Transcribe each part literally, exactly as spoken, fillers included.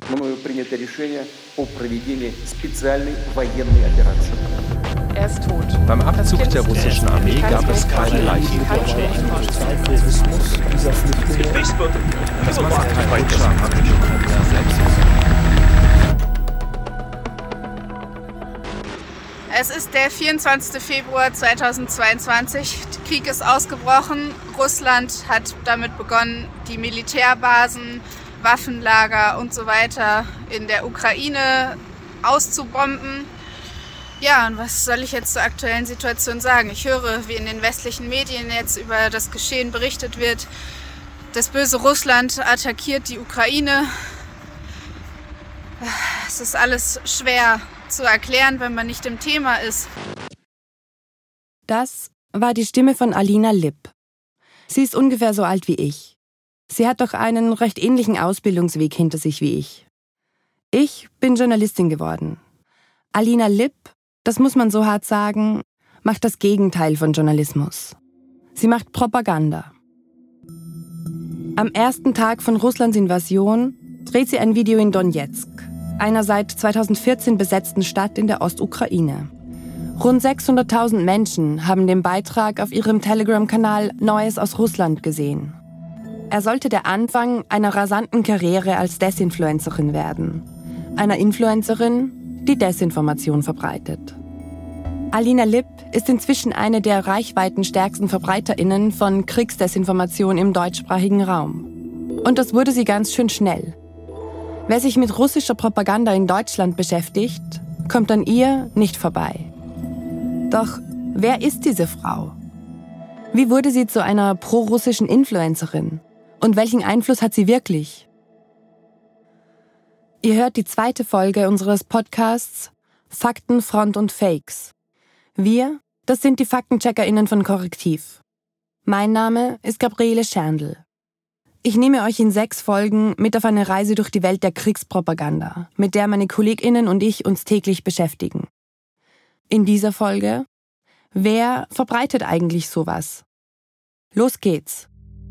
мною принято решение о проведении специальной военной операции. Er ist tot. Beim Abzug der russischen Armee gab es keine Leichen. Das macht kein Deutscher. Es ist der vierundzwanzigster Februar zweitausendzweiundzwanzig. Der Krieg ist ausgebrochen. Russland hat damit begonnen, die Militärbasen, Waffenlager und so weiter in der Ukraine auszubomben. Ja, und was soll ich jetzt zur aktuellen Situation sagen? Ich höre, wie in den westlichen Medien jetzt über das Geschehen berichtet wird. Das böse Russland attackiert die Ukraine. Es ist alles schwer zu erklären, wenn man nicht im Thema ist. Das war die Stimme von Alina Lipp. Sie ist ungefähr so alt wie ich. Sie hat doch einen recht ähnlichen Ausbildungsweg hinter sich wie ich. Ich bin Journalistin geworden. Alina Lipp, das muss man so hart sagen, macht das Gegenteil von Journalismus. Sie macht Propaganda. Am ersten Tag von Russlands Invasion dreht sie ein Video in Donezk, einer seit zweitausendvierzehn besetzten Stadt in der Ostukraine. Rund sechshunderttausend Menschen haben den Beitrag auf ihrem Telegram-Kanal Neues aus Russland gesehen. Er sollte der Anfang einer rasanten Karriere als Desinfluencerin werden. Einer Influencerin, die Desinformation verbreitet. Alina Lipp ist inzwischen eine der reichweitenstärksten VerbreiterInnen von Kriegsdesinformation im deutschsprachigen Raum. Und das wurde sie ganz schön schnell. Wer sich mit russischer Propaganda in Deutschland beschäftigt, kommt an ihr nicht vorbei. Doch wer ist diese Frau? Wie wurde sie zu einer prorussischen Influencerin? Und welchen Einfluss hat sie wirklich? Ihr hört die zweite Folge unseres Podcasts Fakten, Front und Fakes. Wir, das sind die FaktencheckerInnen von Korrektiv. Mein Name ist Gabriele Scherndl. Ich nehme euch in sechs Folgen mit auf eine Reise durch die Welt der Kriegspropaganda, mit der meine KollegInnen und ich uns täglich beschäftigen. In dieser Folge: Wer verbreitet eigentlich sowas? Los geht's!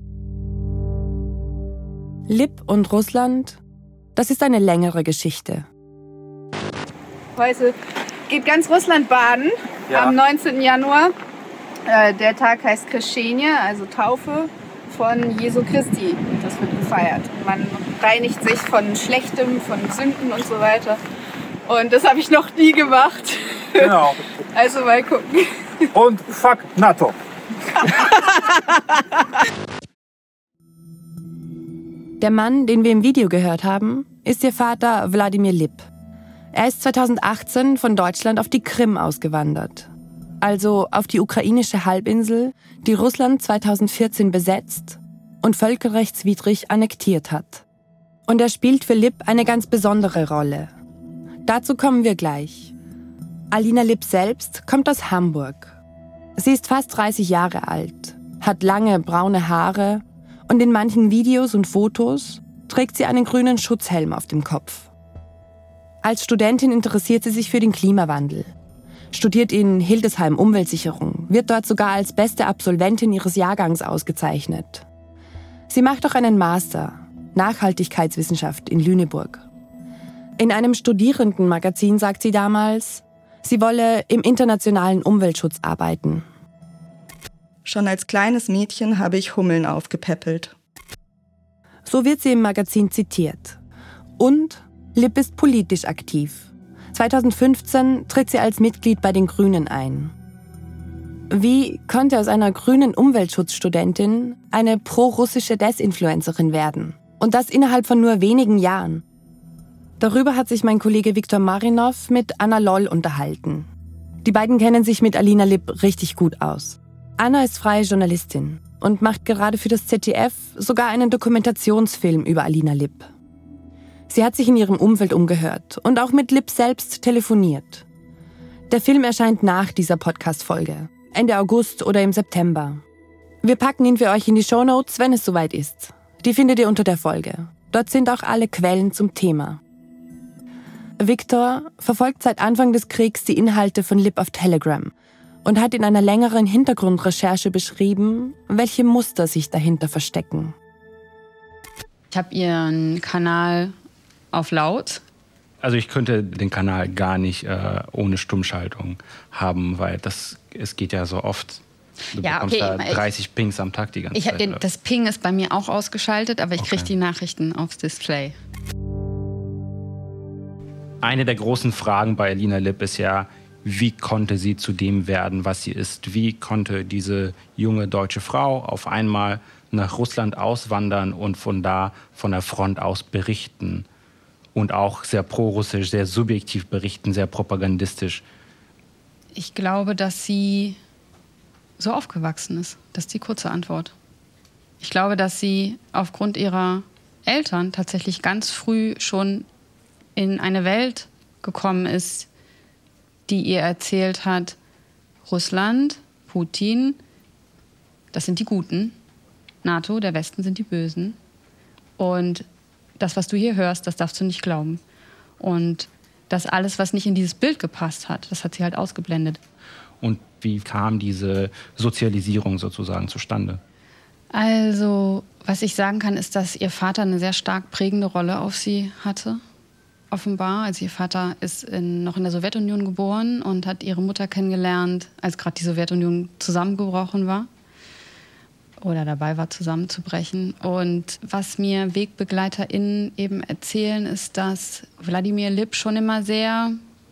Lipp und Russland, das ist eine längere Geschichte. Heute geht ganz Russland baden, ja. Am neunzehnten Januar. Äh, der Tag heißt Krещение, also Taufe von Jesu Christi. Das wird gefeiert. Man reinigt sich von Schlechtem, von Sünden und so weiter. Und das habe ich noch nie gemacht. Genau. Also mal gucken. Und fuck NATO. Der Mann, den wir im Video gehört haben, ist ihr Vater Wladimir Lipp. Er ist zweitausendachtzehn von Deutschland auf die Krim ausgewandert. Also auf die ukrainische Halbinsel, die Russland zweitausendvierzehn besetzt und völkerrechtswidrig annektiert hat. Und er spielt für Lipp eine ganz besondere Rolle. Dazu kommen wir gleich. Alina Lipp selbst kommt aus Hamburg. Sie ist fast dreißig Jahre alt, hat lange braune Haare und in manchen Videos und Fotos trägt sie einen grünen Schutzhelm auf dem Kopf. Als Studentin interessiert sie sich für den Klimawandel, studiert in Hildesheim Umweltsicherung, wird dort sogar als beste Absolventin ihres Jahrgangs ausgezeichnet. Sie macht auch einen Master, Nachhaltigkeitswissenschaft in Lüneburg. In einem Studierendenmagazin sagt sie damals, sie wolle im internationalen Umweltschutz arbeiten. Schon als kleines Mädchen habe ich Hummeln aufgepäppelt. So wird sie im Magazin zitiert. Und Lipp ist politisch aktiv. zweitausendfünfzehn tritt sie als Mitglied bei den Grünen ein. Wie konnte aus einer grünen Umweltschutzstudentin eine pro-russische Desinfluencerin werden? Und das innerhalb von nur wenigen Jahren. Darüber hat sich mein Kollege Viktor Marinov mit Anna Loll unterhalten. Die beiden kennen sich mit Alina Lipp richtig gut aus. Anna ist freie Journalistin und macht gerade für das Z D F sogar einen Dokumentationsfilm über Alina Lipp. Sie hat sich in ihrem Umfeld umgehört und auch mit Lipp selbst telefoniert. Der Film erscheint nach dieser Podcast-Folge, Ende August oder im September. Wir packen ihn für euch in die Shownotes, wenn es soweit ist. Die findet ihr unter der Folge. Dort sind auch alle Quellen zum Thema. Viktor verfolgt seit Anfang des Kriegs die Inhalte von Lipp auf Telegram und hat in einer längeren Hintergrundrecherche beschrieben, welche Muster sich dahinter verstecken. Ich habe ihren Kanal auf laut. Also ich könnte den Kanal gar nicht äh, ohne Stummschaltung haben, weil das, es geht ja so oft. Du ja, bekommst okay, da dreißig ich, Pings am Tag die ganze ich Zeit. Den, das Ping ist bei mir auch ausgeschaltet, aber ich okay. kriege die Nachrichten aufs Display. Eine der großen Fragen bei Alina Lipp ist ja, wie konnte sie zu dem werden, was sie ist? Wie konnte diese junge deutsche Frau auf einmal nach Russland auswandern und von da, von der Front aus berichten? Und auch sehr prorussisch, sehr subjektiv berichten, sehr propagandistisch. Ich glaube, dass sie so aufgewachsen ist. Das ist die kurze Antwort. Ich glaube, dass sie aufgrund ihrer Eltern tatsächlich ganz früh schon in eine Welt gekommen ist, die ihr erzählt hat, Russland, Putin, das sind die Guten, NATO, der Westen sind die Bösen. Und das, was du hier hörst, das darfst du nicht glauben. Und das alles, was nicht in dieses Bild gepasst hat, das hat sie halt ausgeblendet. Und wie kam diese Sozialisierung sozusagen zustande? Also, was ich sagen kann, ist, dass ihr Vater eine sehr stark prägende Rolle auf sie hatte, offenbar. Also ihr Vater ist in, noch in der Sowjetunion geboren und hat ihre Mutter kennengelernt, als gerade die Sowjetunion zusammengebrochen war. Oder dabei war, zusammenzubrechen. Und was mir WegbegleiterInnen eben erzählen, ist, dass Wladimir Lipp schon immer sehr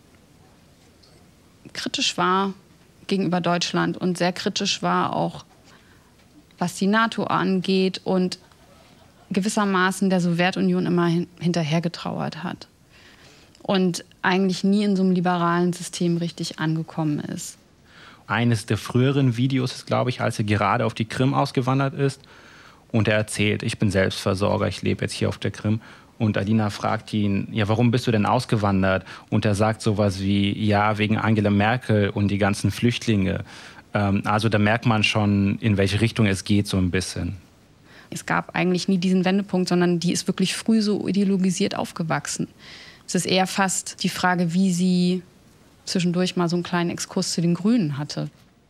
kritisch war gegenüber Deutschland und sehr kritisch war auch, was die NATO angeht und gewissermaßen der Sowjetunion immer hin- hinterhergetrauert hat. Und eigentlich nie in so einem liberalen System richtig angekommen ist. Eines der früheren Videos ist, glaube ich, als er gerade auf die Krim ausgewandert ist. Und er erzählt, ich bin Selbstversorger, ich lebe jetzt hier auf der Krim. Und Alina fragt ihn, ja, warum bist du denn ausgewandert? Und er sagt sowas wie, ja, wegen Angela Merkel und die ganzen Flüchtlinge. Ähm, also da merkt man schon, in welche Richtung es geht so ein bisschen. Es gab eigentlich nie diesen Wendepunkt, sondern die ist wirklich früh so ideologisiert aufgewachsen. Es ist eher fast die Frage, wie sie zwischendurch mal so einen kleinen Exkurs zu den Grünen hatte.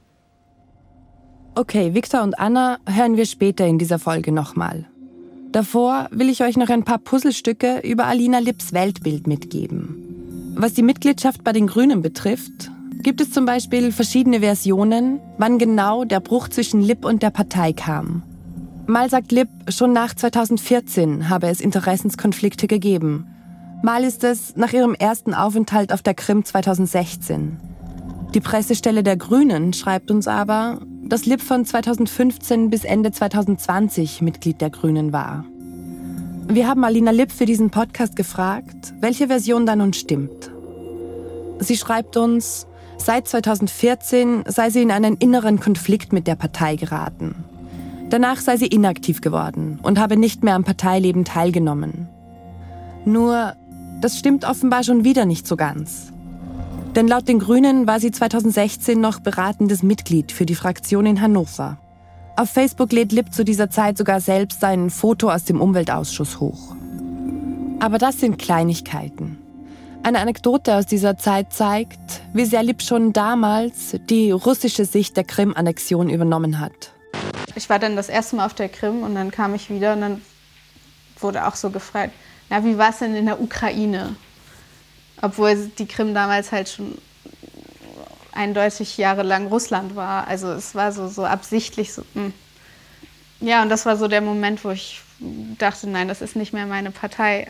Okay, Viktor und Anna hören wir später in dieser Folge nochmal. Davor will ich euch noch ein paar Puzzlestücke über Alina Lipps Weltbild mitgeben. Was die Mitgliedschaft bei den Grünen betrifft, gibt es zum Beispiel verschiedene Versionen, wann genau der Bruch zwischen Lipp und der Partei kam. Mal sagt Lipp, schon nach zweitausendvierzehn habe es Interessenskonflikte gegeben. Mal ist es nach ihrem ersten Aufenthalt auf der Krim zweitausendsechzehn. Die Pressestelle der Grünen schreibt uns aber, dass Lipp von zweitausendfünfzehn bis Ende zweitausendzwanzig Mitglied der Grünen war. Wir haben Alina Lipp für diesen Podcast gefragt, welche Version da nun stimmt. Sie schreibt uns, seit zweitausendvierzehn sei sie in einen inneren Konflikt mit der Partei geraten. Danach sei sie inaktiv geworden und habe nicht mehr am Parteileben teilgenommen. Nur, das stimmt offenbar schon wieder nicht so ganz. Denn laut den Grünen war sie zweitausendsechzehn noch beratendes Mitglied für die Fraktion in Hannover. Auf Facebook lädt Lipp zu dieser Zeit sogar selbst sein Foto aus dem Umweltausschuss hoch. Aber das sind Kleinigkeiten. Eine Anekdote aus dieser Zeit zeigt, wie sehr Lipp schon damals die russische Sicht der Krim-Annexion übernommen hat. Ich war dann das erste Mal auf der Krim und dann kam ich wieder und dann wurde auch so gefragt, na, wie war es denn in der Ukraine? Obwohl die Krim damals halt schon eindeutig jahrelang Russland war. Also es war so, so absichtlich so. Mh. Ja, und das war so der Moment, wo ich dachte, nein, das ist nicht mehr meine Partei.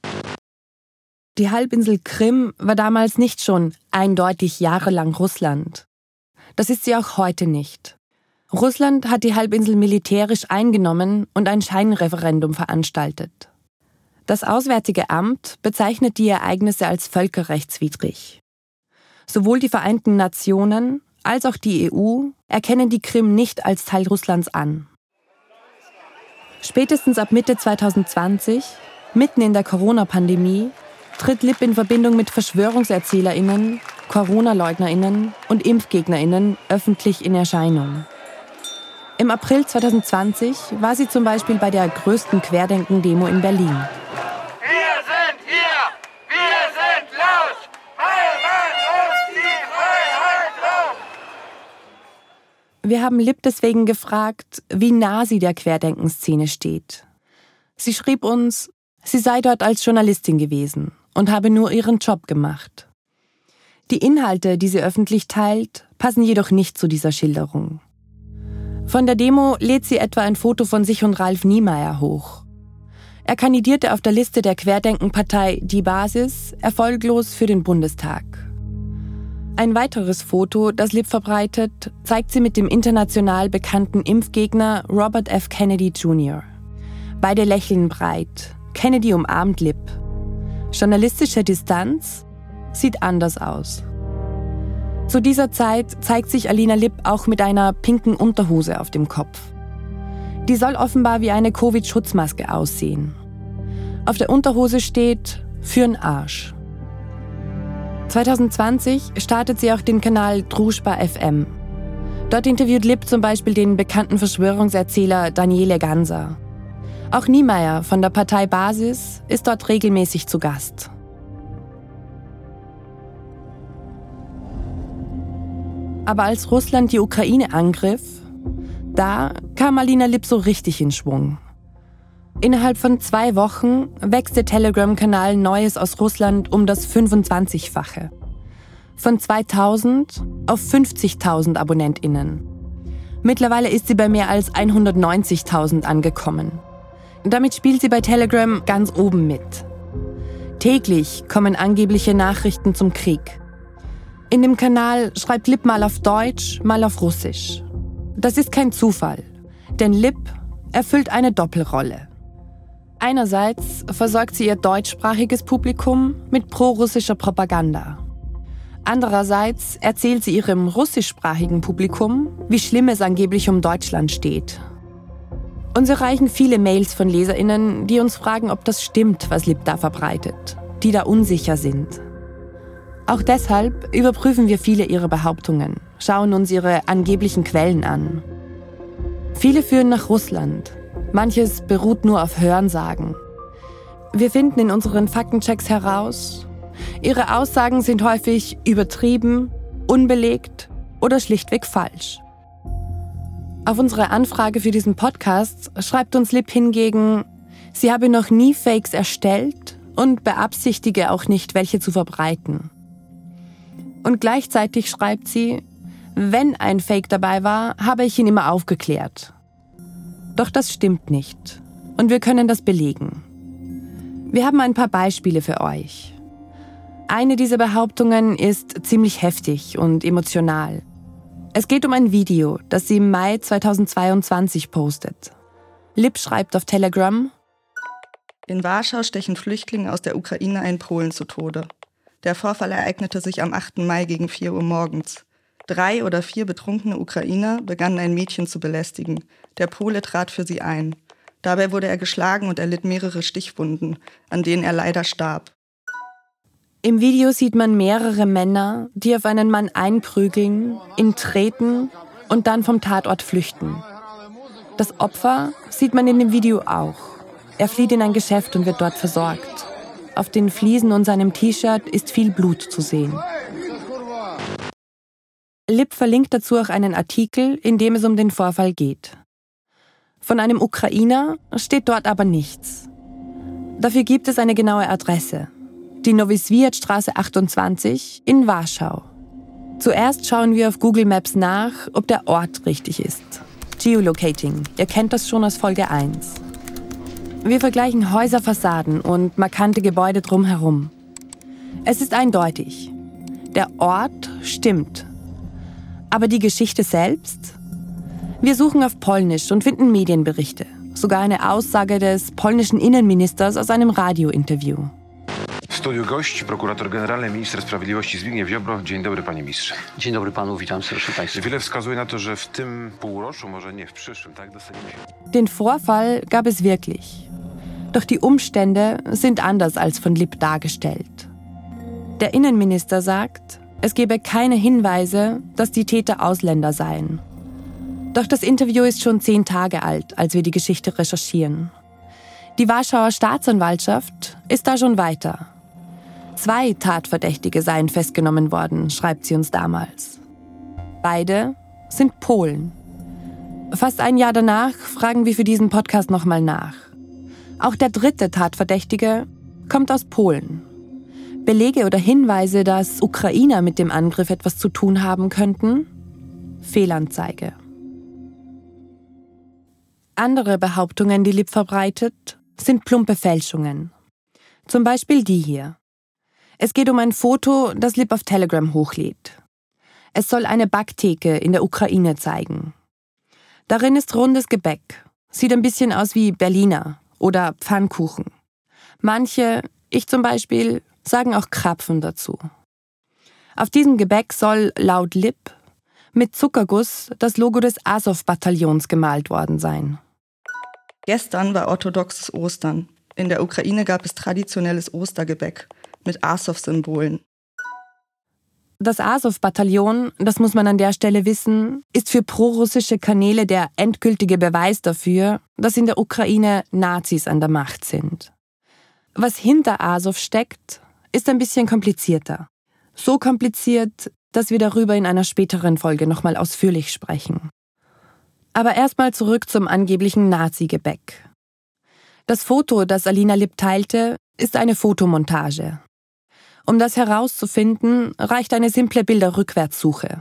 Die Halbinsel Krim war damals nicht schon eindeutig jahrelang Russland. Das ist sie auch heute nicht. Russland hat die Halbinsel militärisch eingenommen und ein Scheinreferendum veranstaltet. Das Auswärtige Amt bezeichnet die Ereignisse als völkerrechtswidrig. Sowohl die Vereinten Nationen als auch die E U erkennen die Krim nicht als Teil Russlands an. Spätestens ab Mitte zweitausendzwanzig, mitten in der Corona-Pandemie, tritt Lipp in Verbindung mit VerschwörungserzählerInnen, Corona-LeugnerInnen und ImpfgegnerInnen öffentlich in Erscheinung. Im April zweitausendzwanzig war sie zum Beispiel bei der größten Querdenken-Demo in Berlin. Wir sind hier, wir sind laut, weil man uns die Freiheit raubt. Wir haben Lipp deswegen gefragt, wie nah sie der Querdenkenszene steht. Sie schrieb uns, Sie sei dort als Journalistin gewesen und habe nur ihren Job gemacht. Die Inhalte, die sie öffentlich teilt, passen jedoch nicht zu dieser Schilderung. Von der Demo lädt sie etwa ein Foto von sich und Ralf Niemeyer hoch. Er kandidierte auf der Liste der Querdenkenpartei Die Basis erfolglos für den Bundestag. Ein weiteres Foto, das Lip verbreitet, zeigt sie mit dem international bekannten Impfgegner Robert F. Kennedy Junior Beide lächeln breit. Kennedy umarmt Lip. Journalistische Distanz sieht anders aus. Zu dieser Zeit zeigt sich Alina Lip auch mit einer pinken Unterhose auf dem Kopf. Die soll offenbar wie eine Covid-Schutzmaske aussehen. Auf der Unterhose steht »Für'n Arsch«. zwanzig zwanzig startet sie auch den Kanal Družba F M. Dort interviewt Lip zum Beispiel den bekannten Verschwörungserzähler Daniele Ganser. Auch Niemeyer von der Partei Basis ist dort regelmäßig zu Gast. Aber als Russland die Ukraine angriff, da kam Alina Lip so richtig in Schwung. Innerhalb von zwei Wochen wächst der Telegram-Kanal Neues aus Russland um das fünfundzwanzigfache. Von zweitausend auf fünfzigtausend AbonnentInnen. Mittlerweile ist sie bei mehr als hundertneunzigtausend angekommen. Damit spielt sie bei Telegram ganz oben mit. Täglich kommen angebliche Nachrichten zum Krieg. In dem Kanal schreibt Lip mal auf Deutsch, mal auf Russisch. Das ist kein Zufall, denn Lip erfüllt eine Doppelrolle. Einerseits versorgt sie ihr deutschsprachiges Publikum mit prorussischer Propaganda. Andererseits erzählt sie ihrem russischsprachigen Publikum, wie schlimm es angeblich um Deutschland steht. Uns erreichen viele Mails von LeserInnen, die uns fragen, ob das stimmt, was Lip da verbreitet, die da unsicher sind. Auch deshalb überprüfen wir viele ihrer Behauptungen, schauen uns ihre angeblichen Quellen an. Viele führen nach Russland. Manches beruht nur auf Hörensagen. Wir finden in unseren Faktenchecks heraus, ihre Aussagen sind häufig übertrieben, unbelegt oder schlichtweg falsch. Auf unsere Anfrage für diesen Podcast schreibt uns Lip hingegen, sie habe noch nie Fakes erstellt und beabsichtige auch nicht, welche zu verbreiten. Und gleichzeitig schreibt sie, wenn ein Fake dabei war, habe ich ihn immer aufgeklärt. Doch das stimmt nicht. Und wir können das belegen. Wir haben ein paar Beispiele für euch. Eine dieser Behauptungen ist ziemlich heftig und emotional. Es geht um ein Video, das sie im Mai zweitausendzweiundzwanzig postet. Lip schreibt auf Telegram: In Warschau stechen Flüchtlinge aus der Ukraine einen Polen zu Tode. Der Vorfall ereignete sich am achten Mai gegen vier Uhr morgens. Drei oder vier betrunkene Ukrainer begannen ein Mädchen zu belästigen. Der Pole trat für sie ein. Dabei wurde er geschlagen und erlitt mehrere Stichwunden, an denen er leider starb. Im Video sieht man mehrere Männer, die auf einen Mann einprügeln, ihn treten und dann vom Tatort flüchten. Das Opfer sieht man in dem Video auch. Er flieht in ein Geschäft und wird dort versorgt. Auf den Fliesen und seinem T-Shirt ist viel Blut zu sehen. Lip verlinkt dazu auch einen Artikel, in dem es um den Vorfall geht. Von einem Ukrainer steht dort aber nichts. Dafür gibt es eine genaue Adresse. Die Nowy Swiat-Straße achtundzwanzig in Warschau. Zuerst schauen wir auf Google Maps nach, ob der Ort richtig ist. Geolocating, ihr kennt das schon aus Folge eins. Wir vergleichen Häuserfassaden und markante Gebäude drumherum. Es ist eindeutig. Der Ort stimmt. Aber die Geschichte selbst? Wir suchen auf Polnisch und finden Medienberichte. Sogar eine Aussage des polnischen Innenministers aus einem Radiointerview. W studiu gość, prokurator generalny, minister sprawiedliwości Zbigniew Ziobro. Dzień dobry, panie ministrze. Dzień dobry panu, witam serdecznie państwa. Wiele wskazuje na to, że w tym półroczu, może nie w przyszłym, tak dostaniemy się. Den Vorfall gab es wirklich. Doch die Umstände sind anders als von Lip dargestellt. Der Innenminister sagt, es gebe keine Hinweise, dass die Täter Ausländer seien. Doch das Interview ist schon zehn Tage alt, als wir die Geschichte recherchieren. Die Warschauer Staatsanwaltschaft ist da schon weiter. Zwei Tatverdächtige seien festgenommen worden, schreibt sie uns damals. Beide sind Polen. Fast ein Jahr danach fragen wir für diesen Podcast nochmal nach. Auch der dritte Tatverdächtige kommt aus Polen. Belege oder Hinweise, dass Ukrainer mit dem Angriff etwas zu tun haben könnten? Fehlanzeige. Andere Behauptungen, die Lip verbreitet, sind plumpe Fälschungen. Zum Beispiel die hier. Es geht um ein Foto, das Lip auf Telegram hochlädt. Es soll eine Backtheke in der Ukraine zeigen. Darin ist rundes Gebäck. Sieht ein bisschen aus wie Berliner oder Pfannkuchen. Manche, ich zum Beispiel, sagen auch Krapfen dazu. Auf diesem Gebäck soll, laut Lip, mit Zuckerguss das Logo des Asow-Bataillons gemalt worden sein. Gestern war orthodoxes Ostern. In der Ukraine gab es traditionelles Ostergebäck mit Asow-Symbolen. Das Asow-Bataillon, das muss man an der Stelle wissen, ist für prorussische Kanäle der endgültige Beweis dafür, dass in der Ukraine Nazis an der Macht sind. Was hinter Asow steckt, ist ein bisschen komplizierter. So kompliziert, dass wir darüber in einer späteren Folge nochmal ausführlich sprechen. Aber erstmal zurück zum angeblichen Nazi-Gebäck. Das Foto, das Alina Lip teilte, ist eine Fotomontage. Um das herauszufinden, reicht eine simple Bilderrückwärtssuche.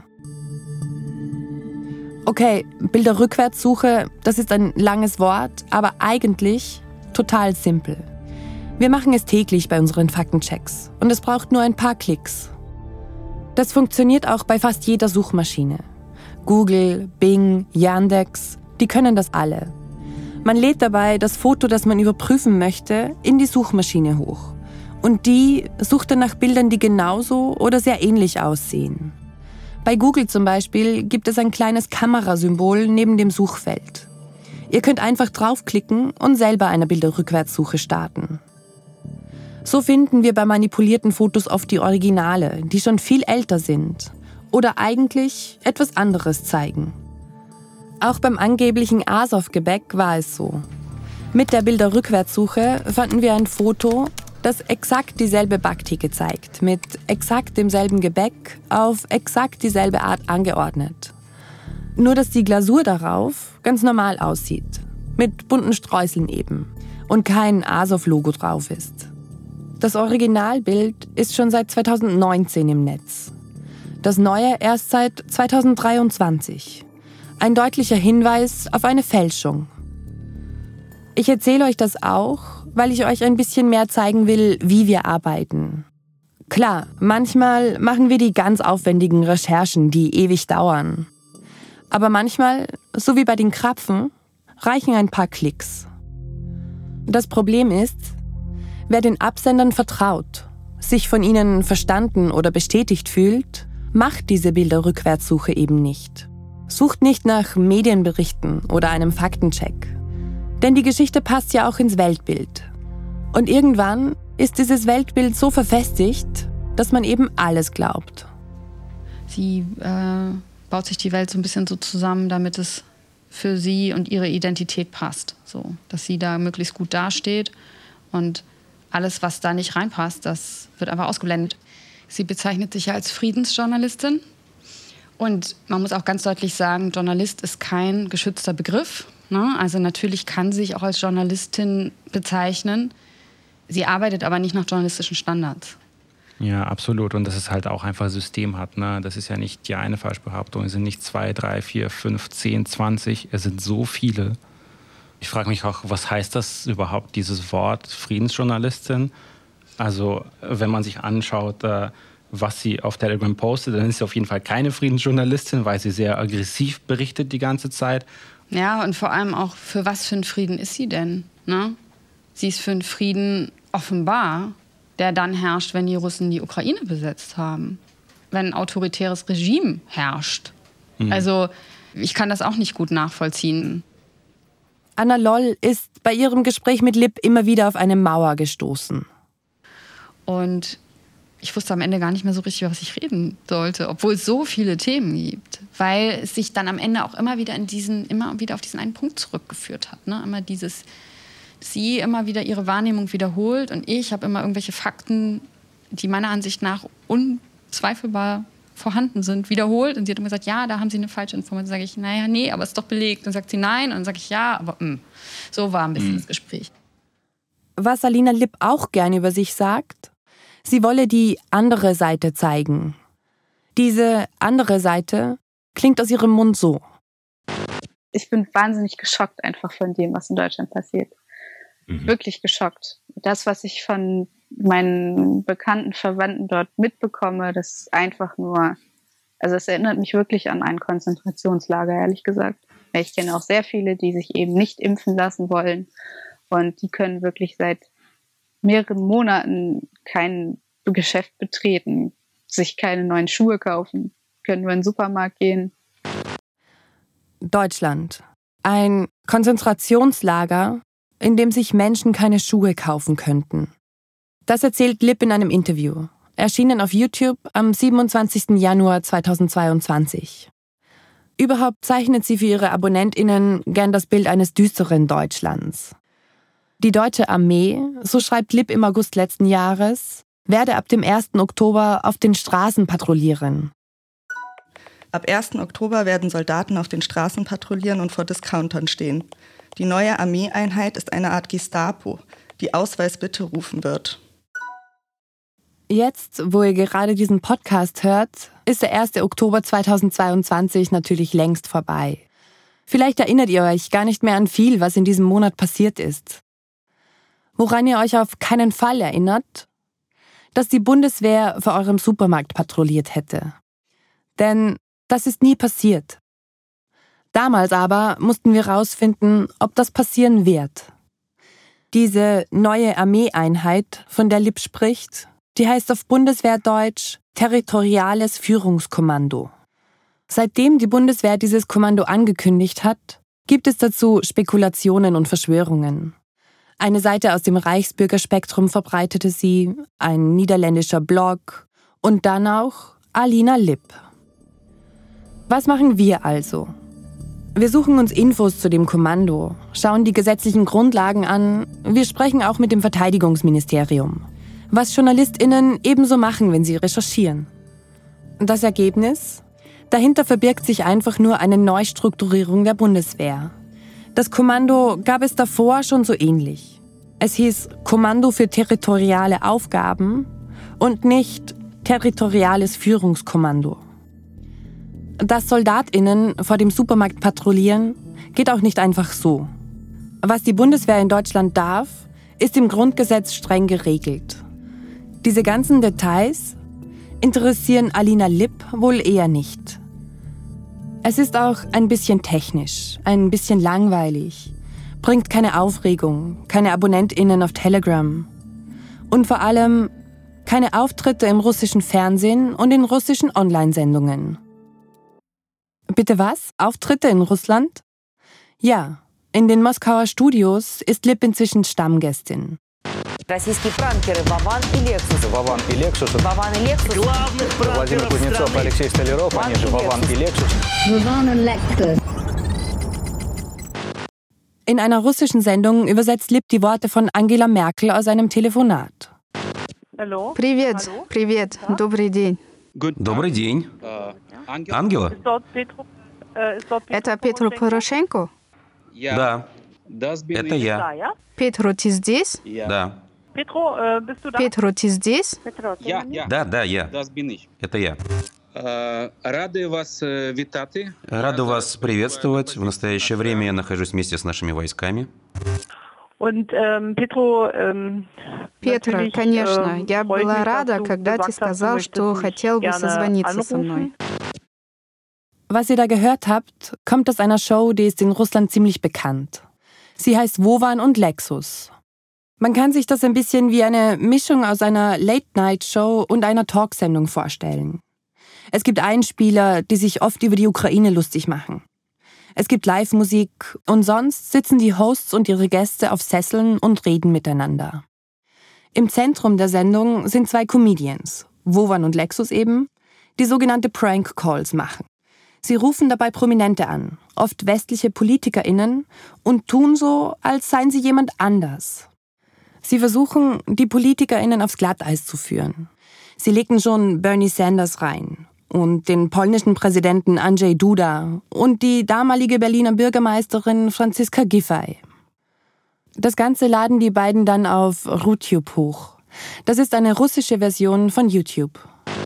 Okay, Bilderrückwärtssuche, das ist ein langes Wort, aber eigentlich total simpel. Wir machen es täglich bei unseren Faktenchecks und es braucht nur ein paar Klicks. Das funktioniert auch bei fast jeder Suchmaschine. Google, Bing, Yandex, die können das alle. Man lädt dabei das Foto, das man überprüfen möchte, in die Suchmaschine hoch. Und die sucht dann nach Bildern, die genauso oder sehr ähnlich aussehen. Bei Google zum Beispiel gibt es ein kleines Kamerasymbol neben dem Suchfeld. Ihr könnt einfach draufklicken und selber eine Bilderrückwärtssuche starten. So finden wir bei manipulierten Fotos oft die Originale, die schon viel älter sind oder eigentlich etwas anderes zeigen. Auch beim angeblichen Asow-Gebäck war es so. Mit der Bilderrückwärtssuche fanden wir ein Foto, das exakt dieselbe Backtheke zeigt, mit exakt demselben Gebäck auf exakt dieselbe Art angeordnet. Nur dass die Glasur darauf ganz normal aussieht, mit bunten Streuseln eben und kein Asow-Logo drauf ist. Das Originalbild ist schon seit zweitausendneunzehn im Netz. Das neue erst seit zweitausenddreiundzwanzig. Ein deutlicher Hinweis auf eine Fälschung. Ich erzähle euch das auch, weil ich euch ein bisschen mehr zeigen will, wie wir arbeiten. Klar, manchmal machen wir die ganz aufwendigen Recherchen, die ewig dauern. Aber manchmal, so wie bei den Krapfen, reichen ein paar Klicks. Das Problem ist, wer den Absendern vertraut, sich von ihnen verstanden oder bestätigt fühlt, macht diese Bilderrückwärtssuche eben nicht. Sucht nicht nach Medienberichten oder einem Faktencheck. Denn die Geschichte passt ja auch ins Weltbild. Und irgendwann ist dieses Weltbild so verfestigt, dass man eben alles glaubt. Sie äh, baut sich die Welt so ein bisschen so zusammen, damit es für sie und ihre Identität passt. So, dass sie da möglichst gut dasteht und alles, was da nicht reinpasst, das wird einfach ausgeblendet. Sie bezeichnet sich ja als Friedensjournalistin. Und man muss auch ganz deutlich sagen, Journalist ist kein geschützter Begriff. Ne? Also natürlich kann sie sich auch als Journalistin bezeichnen. Sie arbeitet aber nicht nach journalistischen Standards. Ja, absolut. Und dass es halt auch einfach System hat. Ne? Das ist ja nicht die eine Falschbehauptung. Es sind nicht zwei, drei, vier, fünf, zehn, zwanzig. Es sind so viele. Ich frage mich auch, was heißt das überhaupt, dieses Wort Friedensjournalistin? Also wenn man sich anschaut, was sie auf Telegram postet, dann ist sie auf jeden Fall keine Friedensjournalistin, weil sie sehr aggressiv berichtet die ganze Zeit. Ja, und vor allem auch, für was für einen Frieden ist sie denn? Ne? Sie ist für einen Frieden offenbar, der dann herrscht, wenn die Russen die Ukraine besetzt haben. Wenn ein autoritäres Regime herrscht. Mhm. Also ich kann das auch nicht gut nachvollziehen. Anna Loll ist bei ihrem Gespräch mit Lip immer wieder auf eine Mauer gestoßen. Und ich wusste am Ende gar nicht mehr so richtig, über was ich reden sollte, obwohl es so viele Themen gibt. Weil es sich dann am Ende auch immer wieder in diesen, immer wieder auf diesen einen Punkt zurückgeführt hat. Ne? Immer dieses, sie immer wieder ihre Wahrnehmung wiederholt und ich habe immer irgendwelche Fakten, die meiner Ansicht nach unzweifelbar vorhanden sind, wiederholt. Und sie hat immer gesagt, ja, da haben Sie eine falsche Information. Dann sage ich, naja, nee, aber es ist doch belegt. Dann sagt sie nein und dann sage ich, ja, aber mh. So war ein bisschen mhm. das Gespräch. Was Alina Lipp auch gern über sich sagt, sie wolle die andere Seite zeigen. Diese andere Seite klingt aus ihrem Mund so. Ich bin wahnsinnig geschockt einfach von dem, was in Deutschland passiert. Mhm. Wirklich geschockt. Das, was ich von meinen bekannten Verwandten dort mitbekomme, das ist einfach nur, also es erinnert mich wirklich an ein Konzentrationslager, ehrlich gesagt. Ich kenne auch sehr viele, die sich eben nicht impfen lassen wollen und die können wirklich seit mehreren Monaten kein Geschäft betreten, sich keine neuen Schuhe kaufen, können nur in den Supermarkt gehen. Deutschland. Ein Konzentrationslager, in dem sich Menschen keine Schuhe kaufen könnten. Das erzählt Lipp in einem Interview, erschienen auf YouTube am siebenundzwanzigsten Januar zweitausendzweiundzwanzig. Überhaupt zeichnet sie für ihre AbonnentInnen gern das Bild eines düsteren Deutschlands. Die deutsche Armee, so schreibt Lipp im August letzten Jahres, werde ab dem ersten Oktober auf den Straßen patrouillieren. Ab ersten Oktober werden Soldaten auf den Straßen patrouillieren und vor Discountern stehen. Die neue Armeeeinheit ist eine Art Gestapo, die Ausweisbitte rufen wird. Jetzt, wo ihr gerade diesen Podcast hört, ist der erste Oktober zweitausendzweiundzwanzig natürlich längst vorbei. Vielleicht erinnert ihr euch gar nicht mehr an viel, was in diesem Monat passiert ist. Woran ihr euch auf keinen Fall erinnert? Dass die Bundeswehr vor eurem Supermarkt patrouilliert hätte. Denn das ist nie passiert. Damals aber mussten wir rausfinden, ob das passieren wird. Diese neue Armeeeinheit, von der Lipp spricht, die heißt auf Bundeswehrdeutsch Territoriales Führungskommando. Seitdem die Bundeswehr dieses Kommando angekündigt hat, gibt es dazu Spekulationen und Verschwörungen. Eine Seite aus dem Reichsbürgerspektrum verbreitete sie, ein niederländischer Blog und dann auch Alina Lipp. Was machen wir also? Wir suchen uns Infos zu dem Kommando, schauen die gesetzlichen Grundlagen an, wir sprechen auch mit dem Verteidigungsministerium. Was JournalistInnen ebenso machen, wenn sie recherchieren. Das Ergebnis? Dahinter verbirgt sich einfach nur eine Neustrukturierung der Bundeswehr. Das Kommando gab es davor schon so ähnlich. Es hieß Kommando für territoriale Aufgaben und nicht Territoriales Führungskommando. Dass SoldatInnen vor dem Supermarkt patrouillieren, geht auch nicht einfach so. Was die Bundeswehr in Deutschland darf, ist im Grundgesetz streng geregelt. Diese ganzen Details interessieren Alina Lipp wohl eher nicht. Es ist auch ein bisschen technisch, ein bisschen langweilig, bringt keine Aufregung, keine AbonnentInnen auf Telegram und vor allem keine Auftritte im russischen Fernsehen und in russischen Online-Sendungen. Bitte was? Auftritte in Russland? Ja, in den Moskauer Studios ist Lipp inzwischen Stammgästin. Российские пранкеры Вован и Лексус. Вован и Лексус. Вован и Лексус. Владимир Кузнецов и Алексей Столяров, они же Вован и Лексус. Вован und Lexus. In einer russischen Sendung übersetzt Lipp die Worte von Angela Merkel aus einem Telefonat. Hallo? Привет, привет, добрый день. Добрый день. Ангела? Это Петро Порошенко? Да. Это я. Петро, ты здесь? Да. Петро, ты здесь? Да, да, я. Это я. Рады вас витати. Рада вас приветствовать. В настоящее время я нахожусь вместе с нашими войсками. Und, ähm, Petro, ähm, Петро, конечно, я была рада, когда ты сказал, что хотел бы созвониться со мной. Was ihr da gehört habt, kommt aus einer Show, die ist in Russland ziemlich bekannt. Sie heißt Wowan und Lexus. Man kann sich das ein bisschen wie eine Mischung aus einer Late-Night-Show und einer Talksendung vorstellen. Es gibt Einspieler, die sich oft über die Ukraine lustig machen. Es gibt Live-Musik und sonst sitzen die Hosts und ihre Gäste auf Sesseln und reden miteinander. Im Zentrum der Sendung sind zwei Comedians, Wowan und Lexus eben, die sogenannte Prank-Calls machen. Sie rufen dabei Prominente an, oft westliche PolitikerInnen, und tun so, als seien sie jemand anders. Sie versuchen, die PolitikerInnen aufs Glatteis zu führen. Sie legten schon Bernie Sanders rein und den polnischen Präsidenten Andrzej Duda und die damalige Berliner Bürgermeisterin Franziska Giffey. Das Ganze laden die beiden dann auf RuTube hoch. Das ist eine russische Version von YouTube.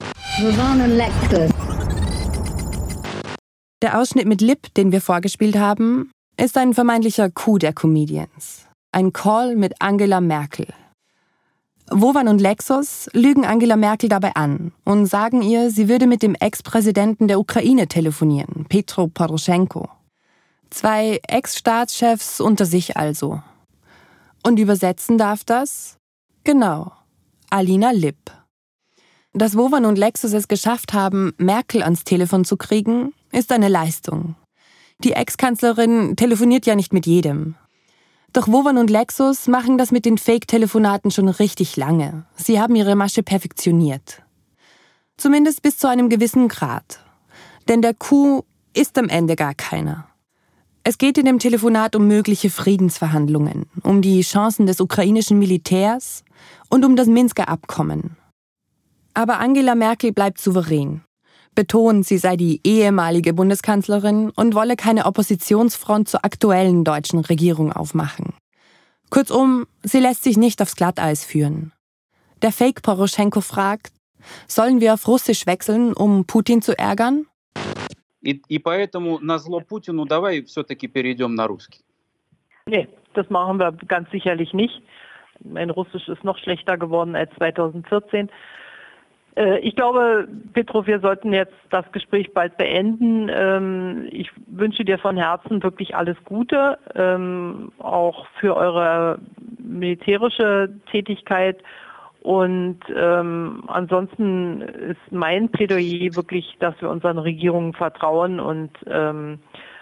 Der Ausschnitt mit Lip, den wir vorgespielt haben, ist ein vermeintlicher Coup der Comedians. Ein Call mit Angela Merkel. Wovan und Lexus lügen Angela Merkel dabei an und sagen ihr, sie würde mit dem Ex-Präsidenten der Ukraine telefonieren, Petro Poroschenko. Zwei Ex-Staatschefs unter sich also. Und übersetzen darf das? Genau, Alina Lip. Dass Wovan und Lexus es geschafft haben, Merkel ans Telefon zu kriegen, ist eine Leistung. Die Ex-Kanzlerin telefoniert ja nicht mit jedem. Doch Wovan und Lexus machen das mit den Fake-Telefonaten schon richtig lange. Sie haben ihre Masche perfektioniert. Zumindest bis zu einem gewissen Grad. Denn der Coup ist am Ende gar keiner. Es geht in dem Telefonat um mögliche Friedensverhandlungen, um die Chancen des ukrainischen Militärs und um das Minsker Abkommen. Aber Angela Merkel bleibt souverän. Betont, sie sei die ehemalige Bundeskanzlerin und wolle keine Oppositionsfront zur aktuellen deutschen Regierung aufmachen. Kurzum, sie lässt sich nicht aufs Glatteis führen. Der Fake Poroschenko fragt, sollen wir auf Russisch wechseln, um Putin zu ärgern? И, и поэтому назло Путину давай все-таки перейдем на русский. Nee, das machen wir ganz sicherlich nicht. Mein Russisch ist noch schlechter geworden als zweitausendvierzehn. Ich glaube, Petro, wir sollten jetzt das Gespräch bald beenden. Ich wünsche dir von Herzen wirklich alles Gute, auch für eure militärische Tätigkeit. Und ähm, ansonsten ist mein Plädoyer wirklich, dass wir unseren Regierungen vertrauen und ähm,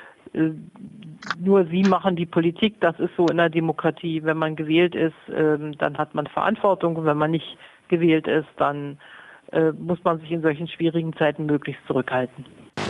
nur sie machen die Politik. Das ist so in der Demokratie. Wenn man gewählt ist, ähm, dann hat man Verantwortung. Und wenn man nicht gewählt ist, dann äh, muss man sich in solchen schwierigen Zeiten möglichst zurückhalten.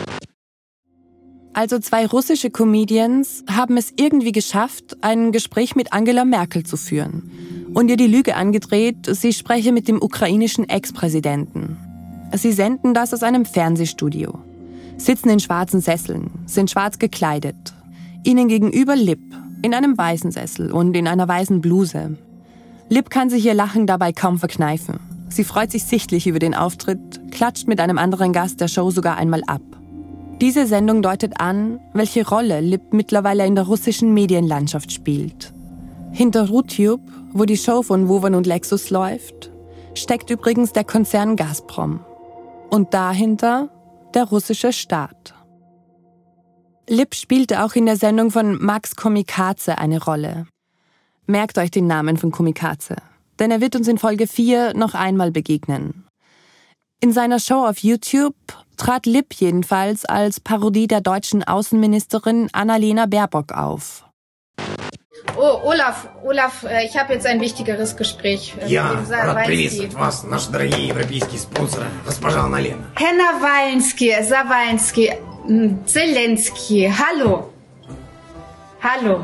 Also zwei russische Comedians haben es irgendwie geschafft, ein Gespräch mit Angela Merkel zu führen und ihr die Lüge angedreht, sie spreche mit dem ukrainischen Ex-Präsidenten. Sie senden das aus einem Fernsehstudio, sitzen in schwarzen Sesseln, sind schwarz gekleidet. Ihnen gegenüber Lip, in einem weißen Sessel und in einer weißen Bluse. Lip kann sich ihr Lachen dabei kaum verkneifen. Sie freut sich sichtlich über den Auftritt, klatscht mit einem anderen Gast der Show sogar einmal ab. Diese Sendung deutet an, welche Rolle Lip mittlerweile in der russischen Medienlandschaft spielt. Hinter RuTube, wo die Show von Wovan und Lexus läuft, steckt übrigens der Konzern Gazprom. Und dahinter der russische Staat. Lip spielte auch in der Sendung von Max Komikaze eine Rolle. Merkt euch den Namen von Komikaze, denn er wird uns in Folge vier noch einmal begegnen. In seiner Show auf YouTube trat Lip jedenfalls als Parodie der deutschen Außenministerin Annalena Baerbock auf. Oh, Olaf, Olaf, ich habe jetzt ein wichtigeres Gespräch. Ja, рад приветствовать вас, наши дорогие европейские спонсоры, госпожа Annalena. Herr Nawalski, Zawalski, Zelensky, hallo. Hallo.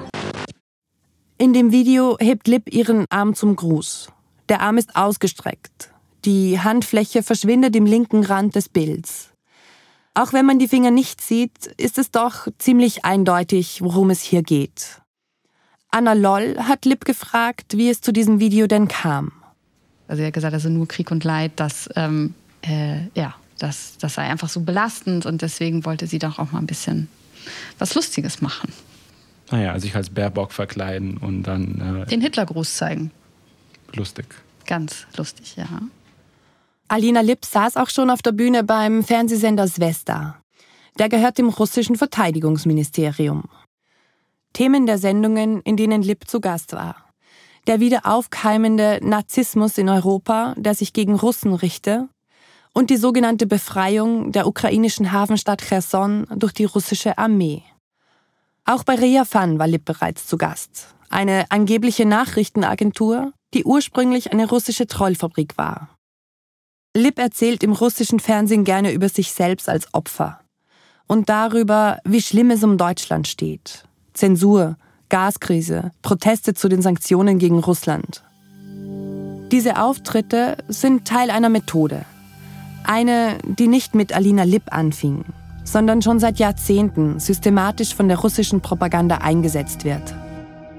In dem Video hebt Lip ihren Arm zum Gruß. Der Arm ist ausgestreckt. Die Handfläche verschwindet im linken Rand des Bilds. Auch wenn man die Finger nicht sieht, ist es doch ziemlich eindeutig, worum es hier geht. Anna Loll hat Lip gefragt, wie es zu diesem Video denn kam. Also er hat gesagt, also nur Krieg und Leid, das, ähm, äh, ja, das, das sei einfach so belastend und deswegen wollte sie doch auch mal ein bisschen was Lustiges machen. Naja, sich als Baerbock verkleiden und dann... Äh, Den Hitlergruß zeigen. Lustig. Ganz lustig, ja. Alina Lip saß auch schon auf der Bühne beim Fernsehsender Zvezda. Der gehört dem russischen Verteidigungsministerium. Themen der Sendungen, in denen Lip zu Gast war. Der wieder aufkeimende Narzissmus in Europa, der sich gegen Russen richte, und die sogenannte Befreiung der ukrainischen Hafenstadt Cherson durch die russische Armee. Auch bei Rea Fan war Lip bereits zu Gast. Eine angebliche Nachrichtenagentur, die ursprünglich eine russische Trollfabrik war. Lip erzählt im russischen Fernsehen gerne über sich selbst als Opfer und darüber, wie schlimm es um Deutschland steht. Zensur, Gaskrise, Proteste zu den Sanktionen gegen Russland. Diese Auftritte sind Teil einer Methode. Eine, die nicht mit Alina Lip anfing, sondern schon seit Jahrzehnten systematisch von der russischen Propaganda eingesetzt wird.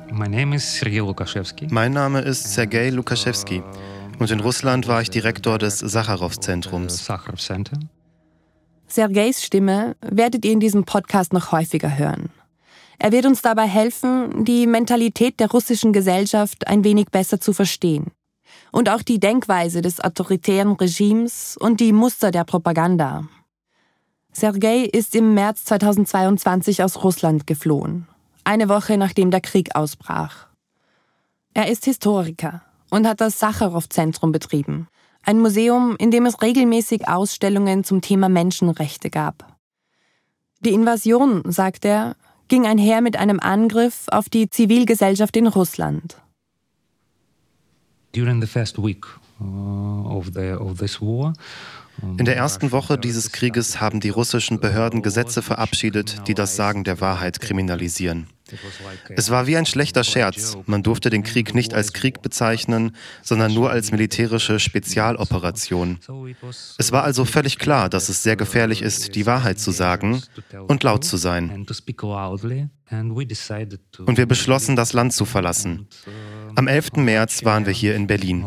Mein Name ist Sergei Lukaschewski und in Russland war ich Direktor des Sacharow-Zentrums. Sergeis Stimme werdet ihr in diesem Podcast noch häufiger hören. Er wird uns dabei helfen, die Mentalität der russischen Gesellschaft ein wenig besser zu verstehen. Und auch die Denkweise des autoritären Regimes und die Muster der Propaganda. Sergei ist im März zweitausendzweiundzwanzig aus Russland geflohen. Eine Woche nachdem der Krieg ausbrach. Er ist Historiker und hat das Sacharow-Zentrum betrieben. Ein Museum, in dem es regelmäßig Ausstellungen zum Thema Menschenrechte gab. Die Invasion, sagt er, ging einher mit einem Angriff auf die Zivilgesellschaft in Russland. During the first week of the of this war, in der ersten Woche dieses Krieges haben die russischen Behörden Gesetze verabschiedet, die das Sagen der Wahrheit kriminalisieren. Es war wie ein schlechter Scherz. Man durfte den Krieg nicht als Krieg bezeichnen, sondern nur als militärische Spezialoperation. Es war also völlig klar, dass es sehr gefährlich ist, die Wahrheit zu sagen und laut zu sein. Und wir beschlossen, das Land zu verlassen. Am elften März waren wir hier in Berlin.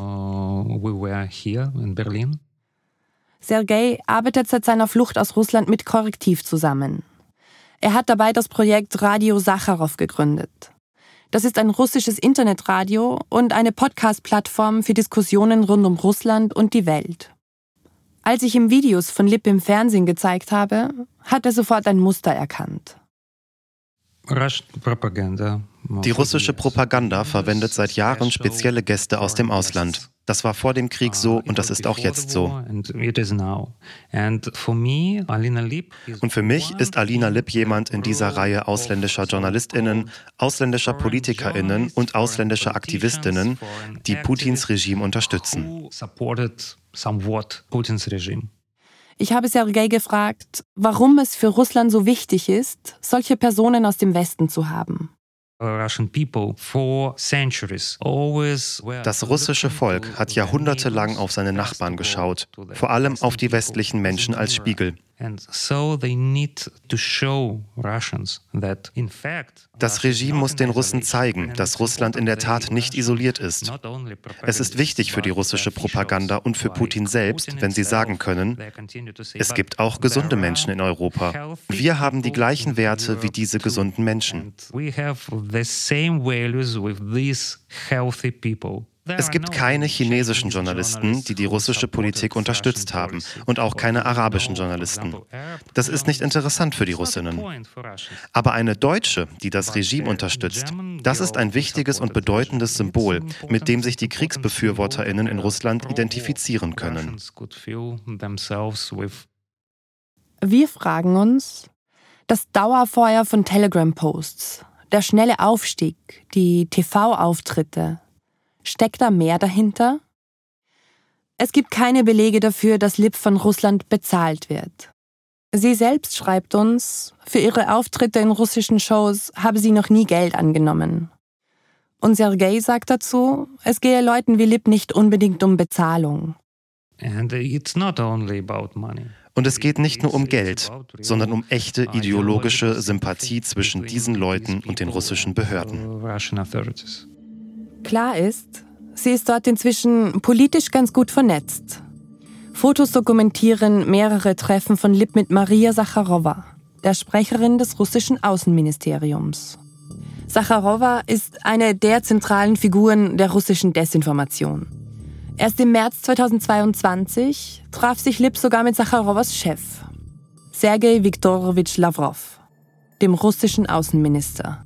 Sergei arbeitet seit seiner Flucht aus Russland mit Korrektiv zusammen. Er hat dabei das Projekt Radio Sacharow gegründet. Das ist ein russisches Internetradio und eine Podcast-Plattform für Diskussionen rund um Russland und die Welt. Als ich ihm Videos von Lip im Fernsehen gezeigt habe, hat er sofort ein Muster erkannt. Die russische Propaganda verwendet seit Jahren spezielle Gäste aus dem Ausland. Das war vor dem Krieg so und das ist auch jetzt so. Und für mich ist Alina Lip jemand in dieser Reihe ausländischer JournalistInnen, ausländischer PolitikerInnen und ausländischer AktivistInnen, die Putins Regime unterstützen. Ich habe Sergei gefragt, warum es für Russland so wichtig ist, solche Personen aus dem Westen zu haben. Das russische Volk hat jahrhundertelang auf seine Nachbarn geschaut, vor allem auf die westlichen Menschen als Spiegel. Das Regime muss den Russen zeigen, dass Russland in der Tat nicht isoliert ist. Es ist wichtig für die russische Propaganda und für Putin selbst, wenn sie sagen können, es gibt auch gesunde Menschen in Europa. Wir haben die gleichen Werte wie diese gesunden Menschen. Es gibt keine chinesischen Journalisten, die die russische Politik unterstützt haben und auch keine arabischen Journalisten. Das ist nicht interessant für die Russinnen. Aber eine Deutsche, die das Regime unterstützt, das ist ein wichtiges und bedeutendes Symbol, mit dem sich die KriegsbefürworterInnen in Russland identifizieren können. Wir fragen uns, das Dauerfeuer von Telegram-Posts, der schnelle Aufstieg, die T V-Auftritte, steckt da mehr dahinter? Es gibt keine Belege dafür, dass Lip von Russland bezahlt wird. Sie selbst schreibt uns, für ihre Auftritte in russischen Shows habe sie noch nie Geld angenommen. Und Sergei sagt dazu, es gehe Leuten wie Lip nicht unbedingt um Bezahlung. Und es geht nicht nur um Geld, sondern um echte ideologische Sympathie zwischen diesen Leuten und den russischen Behörden. Klar ist, sie ist dort inzwischen politisch ganz gut vernetzt. Fotos dokumentieren mehrere Treffen von Lip mit Maria Sacharowa, der Sprecherin des russischen Außenministeriums. Sacharowa ist eine der zentralen Figuren der russischen Desinformation. Erst im März zweitausendzweiundzwanzig traf sich Lip sogar mit Sacharowas Chef, Sergei Viktorowitsch Lawrow, dem russischen Außenminister.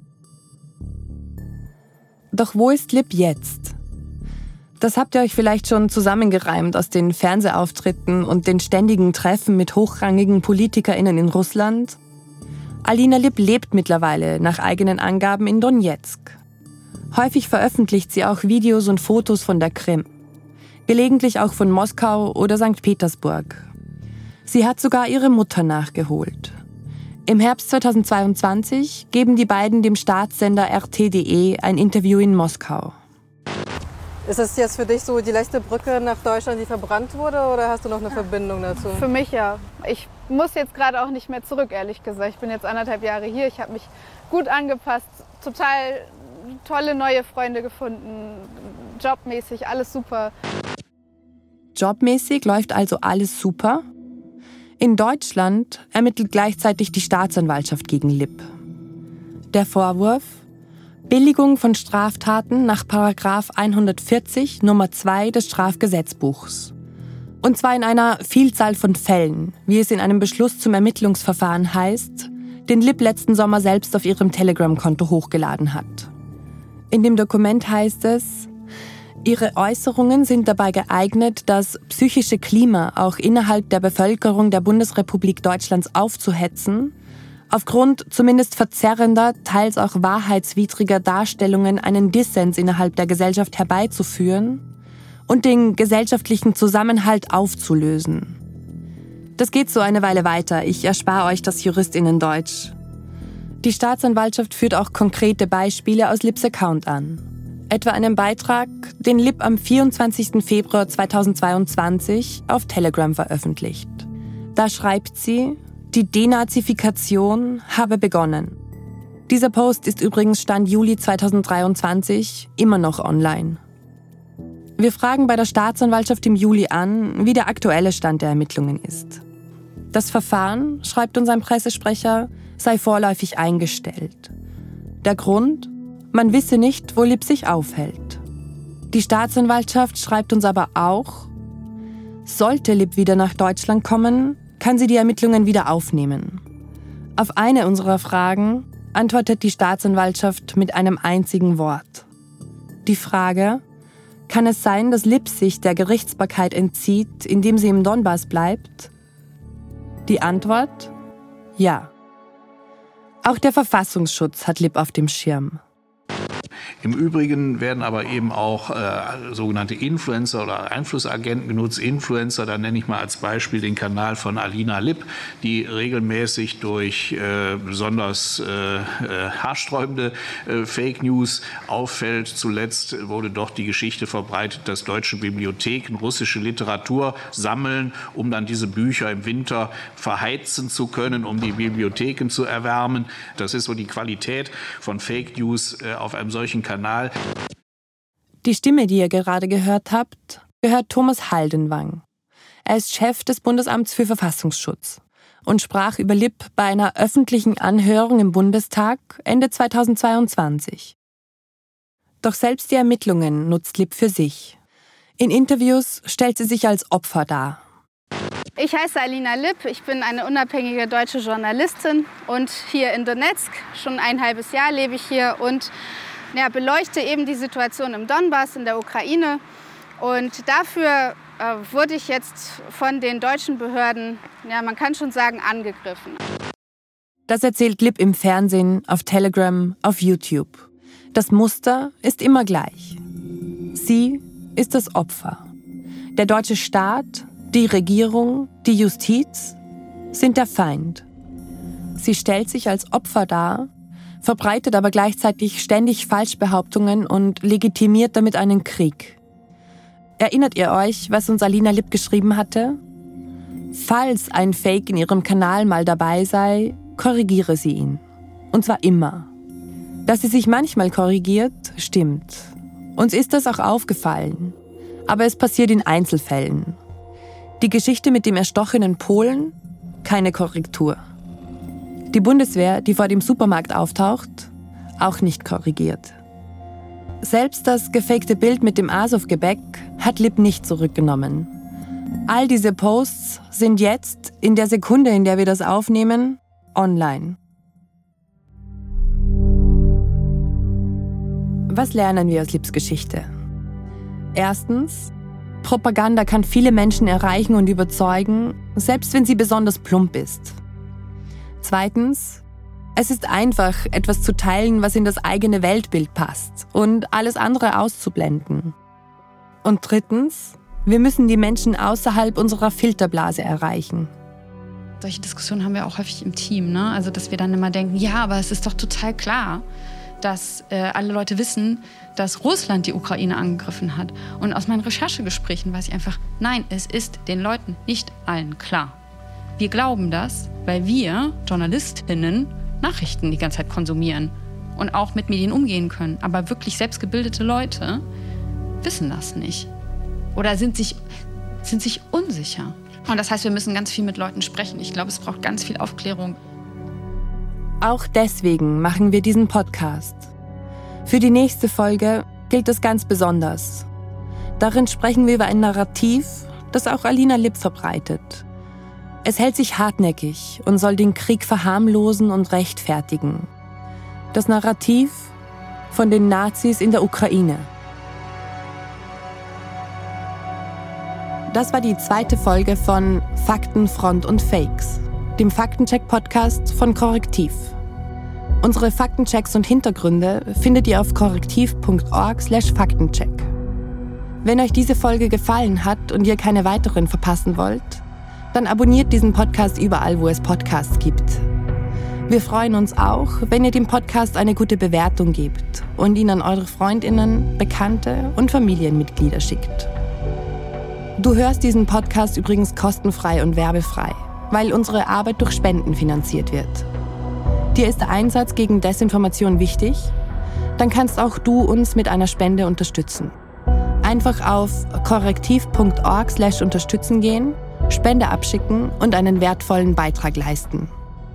Doch wo ist Lip jetzt? Das habt ihr euch vielleicht schon zusammengereimt aus den Fernsehauftritten und den ständigen Treffen mit hochrangigen PolitikerInnen in Russland. Alina Lip lebt mittlerweile nach eigenen Angaben in Donezk. Häufig veröffentlicht sie auch Videos und Fotos von der Krim. Gelegentlich auch von Moskau oder Sankt Petersburg. Sie hat sogar ihre Mutter nachgeholt. Im Herbst zweitausendzweiundzwanzig geben die beiden dem Staatssender R T punkt D E ein Interview in Moskau. Ist es jetzt für dich so die letzte Brücke nach Deutschland, die verbrannt wurde, oder hast du noch eine Verbindung dazu? Für mich ja. Ich muss jetzt gerade auch nicht mehr zurück, ehrlich gesagt. Ich bin jetzt anderthalb Jahre hier, ich habe mich gut angepasst, total tolle neue Freunde gefunden, jobmäßig, alles super. Jobmäßig läuft also alles super? In Deutschland ermittelt gleichzeitig die Staatsanwaltschaft gegen Lip. Der Vorwurf? Billigung von Straftaten nach Paragraph hundertvierzig Nummer zwei des Strafgesetzbuchs. Und zwar in einer Vielzahl von Fällen, wie es in einem Beschluss zum Ermittlungsverfahren heißt, den Lip letzten Sommer selbst auf ihrem Telegram-Konto hochgeladen hat. In dem Dokument heißt es, ihre Äußerungen sind dabei geeignet, das psychische Klima auch innerhalb der Bevölkerung der Bundesrepublik Deutschlands aufzuhetzen, aufgrund zumindest verzerrender, teils auch wahrheitswidriger Darstellungen einen Dissens innerhalb der Gesellschaft herbeizuführen und den gesellschaftlichen Zusammenhalt aufzulösen. Das geht so eine Weile weiter, ich erspare euch das JuristInnen-Deutsch. Die Staatsanwaltschaft führt auch konkrete Beispiele aus Lips Account an. Etwa einen Beitrag, den Lip am vierundzwanzigsten Februar zweitausendzweiundzwanzig auf Telegram veröffentlicht. Da schreibt sie, die Denazifikation habe begonnen. Dieser Post ist übrigens Stand Juli zweitausenddreiundzwanzig immer noch online. Wir fragen bei der Staatsanwaltschaft im Juli an, wie der aktuelle Stand der Ermittlungen ist. Das Verfahren, schreibt uns ein Pressesprecher, sei vorläufig eingestellt. Der Grund? Man wisse nicht, wo Lip sich aufhält. Die Staatsanwaltschaft schreibt uns aber auch, sollte Lip wieder nach Deutschland kommen, kann sie die Ermittlungen wieder aufnehmen. Auf eine unserer Fragen antwortet die Staatsanwaltschaft mit einem einzigen Wort. Die Frage, kann es sein, dass Lip sich der Gerichtsbarkeit entzieht, indem sie im Donbass bleibt? Die Antwort? Ja. Auch der Verfassungsschutz hat Lip auf dem Schirm. Im Übrigen werden aber eben auch äh, sogenannte Influencer oder Einflussagenten genutzt. Influencer, da nenne ich mal als Beispiel den Kanal von Alina Lip, die regelmäßig durch äh, besonders äh, äh, haarsträubende äh, Fake News auffällt. Zuletzt wurde doch die Geschichte verbreitet, dass deutsche Bibliotheken russische Literatur sammeln, um dann diese Bücher im Winter verheizen zu können, um die Bibliotheken zu erwärmen. Das ist so die Qualität von Fake News äh, auf einem solchen Kanal. Die Stimme, die ihr gerade gehört habt, gehört Thomas Haldenwang. Er ist Chef des Bundesamts für Verfassungsschutz und sprach über Lip bei einer öffentlichen Anhörung im Bundestag Ende zweitausendzweiundzwanzig. Doch selbst die Ermittlungen nutzt Lip für sich. In Interviews stellt sie sich als Opfer dar. Ich heiße Alina Lip, ich bin eine unabhängige deutsche Journalistin und hier in Donetsk, schon ein halbes Jahr lebe ich hier und ja, beleuchte eben die Situation im Donbass in der Ukraine. Und dafür äh, wurde ich jetzt von den deutschen Behörden, ja, man kann schon sagen, angegriffen. Das erzählt Lip im Fernsehen, auf Telegram, auf YouTube. Das Muster ist immer gleich. Sie ist das Opfer. Der deutsche Staat, die Regierung, die Justiz sind der Feind. Sie stellt sich als Opfer dar, verbreitet aber gleichzeitig ständig Falschbehauptungen und legitimiert damit einen Krieg. Erinnert ihr euch, was uns Alina Lip geschrieben hatte? Falls ein Fake in ihrem Kanal mal dabei sei, korrigiere sie ihn. Und zwar immer. Dass sie sich manchmal korrigiert, stimmt. Uns ist das auch aufgefallen. Aber es passiert in Einzelfällen. Die Geschichte mit dem erstochenen Polen? Keine Korrektur. Die Bundeswehr, die vor dem Supermarkt auftaucht? Auch nicht korrigiert. Selbst das gefakte Bild mit dem Azov-Gebäck hat Lip nicht zurückgenommen. All diese Posts sind jetzt, in der Sekunde, in der wir das aufnehmen, online. Was lernen wir aus Lips Geschichte? Erstens, Propaganda kann viele Menschen erreichen und überzeugen, selbst wenn sie besonders plump ist. Zweitens, es ist einfach, etwas zu teilen, was in das eigene Weltbild passt und alles andere auszublenden. Und drittens, wir müssen die Menschen außerhalb unserer Filterblase erreichen. Solche Diskussionen haben wir auch häufig im Team, ne? Also, dass wir dann immer denken, ja, aber es ist doch total klar, dass äh, alle Leute wissen, dass Russland die Ukraine angegriffen hat. Und aus meinen Recherchegesprächen weiß ich einfach, nein, es ist den Leuten nicht allen klar. Wir glauben das, weil wir, JournalistInnen, Nachrichten die ganze Zeit konsumieren. und auch mit Medien umgehen können. Aber wirklich selbstgebildete Leute wissen das nicht oder sind sich, sind sich unsicher. Und das heißt, wir müssen ganz viel mit Leuten sprechen. Ich glaube, es braucht ganz viel Aufklärung. Auch deswegen machen wir diesen Podcast. Für die nächste Folge gilt es ganz besonders. Darin sprechen wir über ein Narrativ, das auch Alina Lipp verbreitet. Es hält sich hartnäckig und soll den Krieg verharmlosen und rechtfertigen. Das Narrativ von den Nazis in der Ukraine. Das war die zweite Folge von Fakten, Front und Fakes, dem Faktencheck-Podcast von Korrektiv. Unsere Faktenchecks und Hintergründe findet ihr auf korrektiv punkt org slash faktencheck. Wenn euch diese Folge gefallen hat und ihr keine weiteren verpassen wollt, dann abonniert diesen Podcast überall, wo es Podcasts gibt. Wir freuen uns auch, wenn ihr dem Podcast eine gute Bewertung gebt und ihn an eure Freundinnen, Bekannte und Familienmitglieder schickt. Du hörst diesen Podcast übrigens kostenfrei und werbefrei, weil unsere Arbeit durch Spenden finanziert wird. Dir ist der Einsatz gegen Desinformation wichtig? Dann kannst auch du uns mit einer Spende unterstützen. Einfach auf korrektiv punkt org slash unterstützen gehen, Spende abschicken und einen wertvollen Beitrag leisten.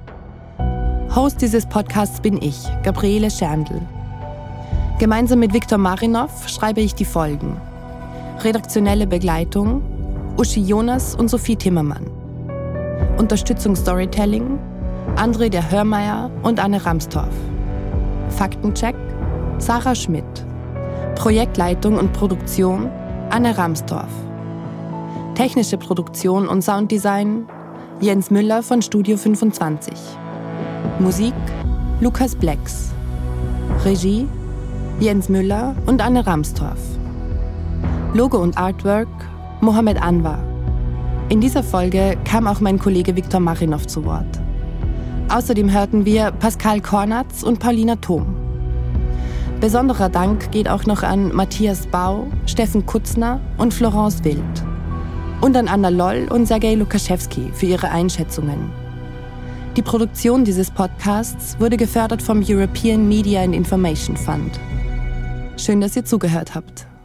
Host dieses Podcasts bin ich, Gabriele Scherndl. Gemeinsam mit Viktor Marinov schreibe ich die Folgen. Redaktionelle Begleitung Uschi Jonas und Sophie Timmermann. Unterstützung Storytelling André der Hörmeier und Anne Ramstorff. Faktencheck Sarah Schmidt. Projektleitung und Produktion Anne Ramstorff. Technische Produktion und Sounddesign Jens Müller von Studio fünfundzwanzig. Musik Lukas Blacks. Regie Jens Müller und Anne Ramstorff. Logo und Artwork Mohammed Anwar. In dieser Folge kam auch mein Kollege Viktor Marinov zu Wort. Außerdem hörten wir Pascal Kornatz und Paulina Thom. Besonderer Dank geht auch noch an Matthias Bau, Steffen Kutzner und Florence Wild. Und an Anna Loll und Sergei Lukaschewski für ihre Einschätzungen. Die Produktion dieses Podcasts wurde gefördert vom European Media and Information Fund. Schön, dass ihr zugehört habt.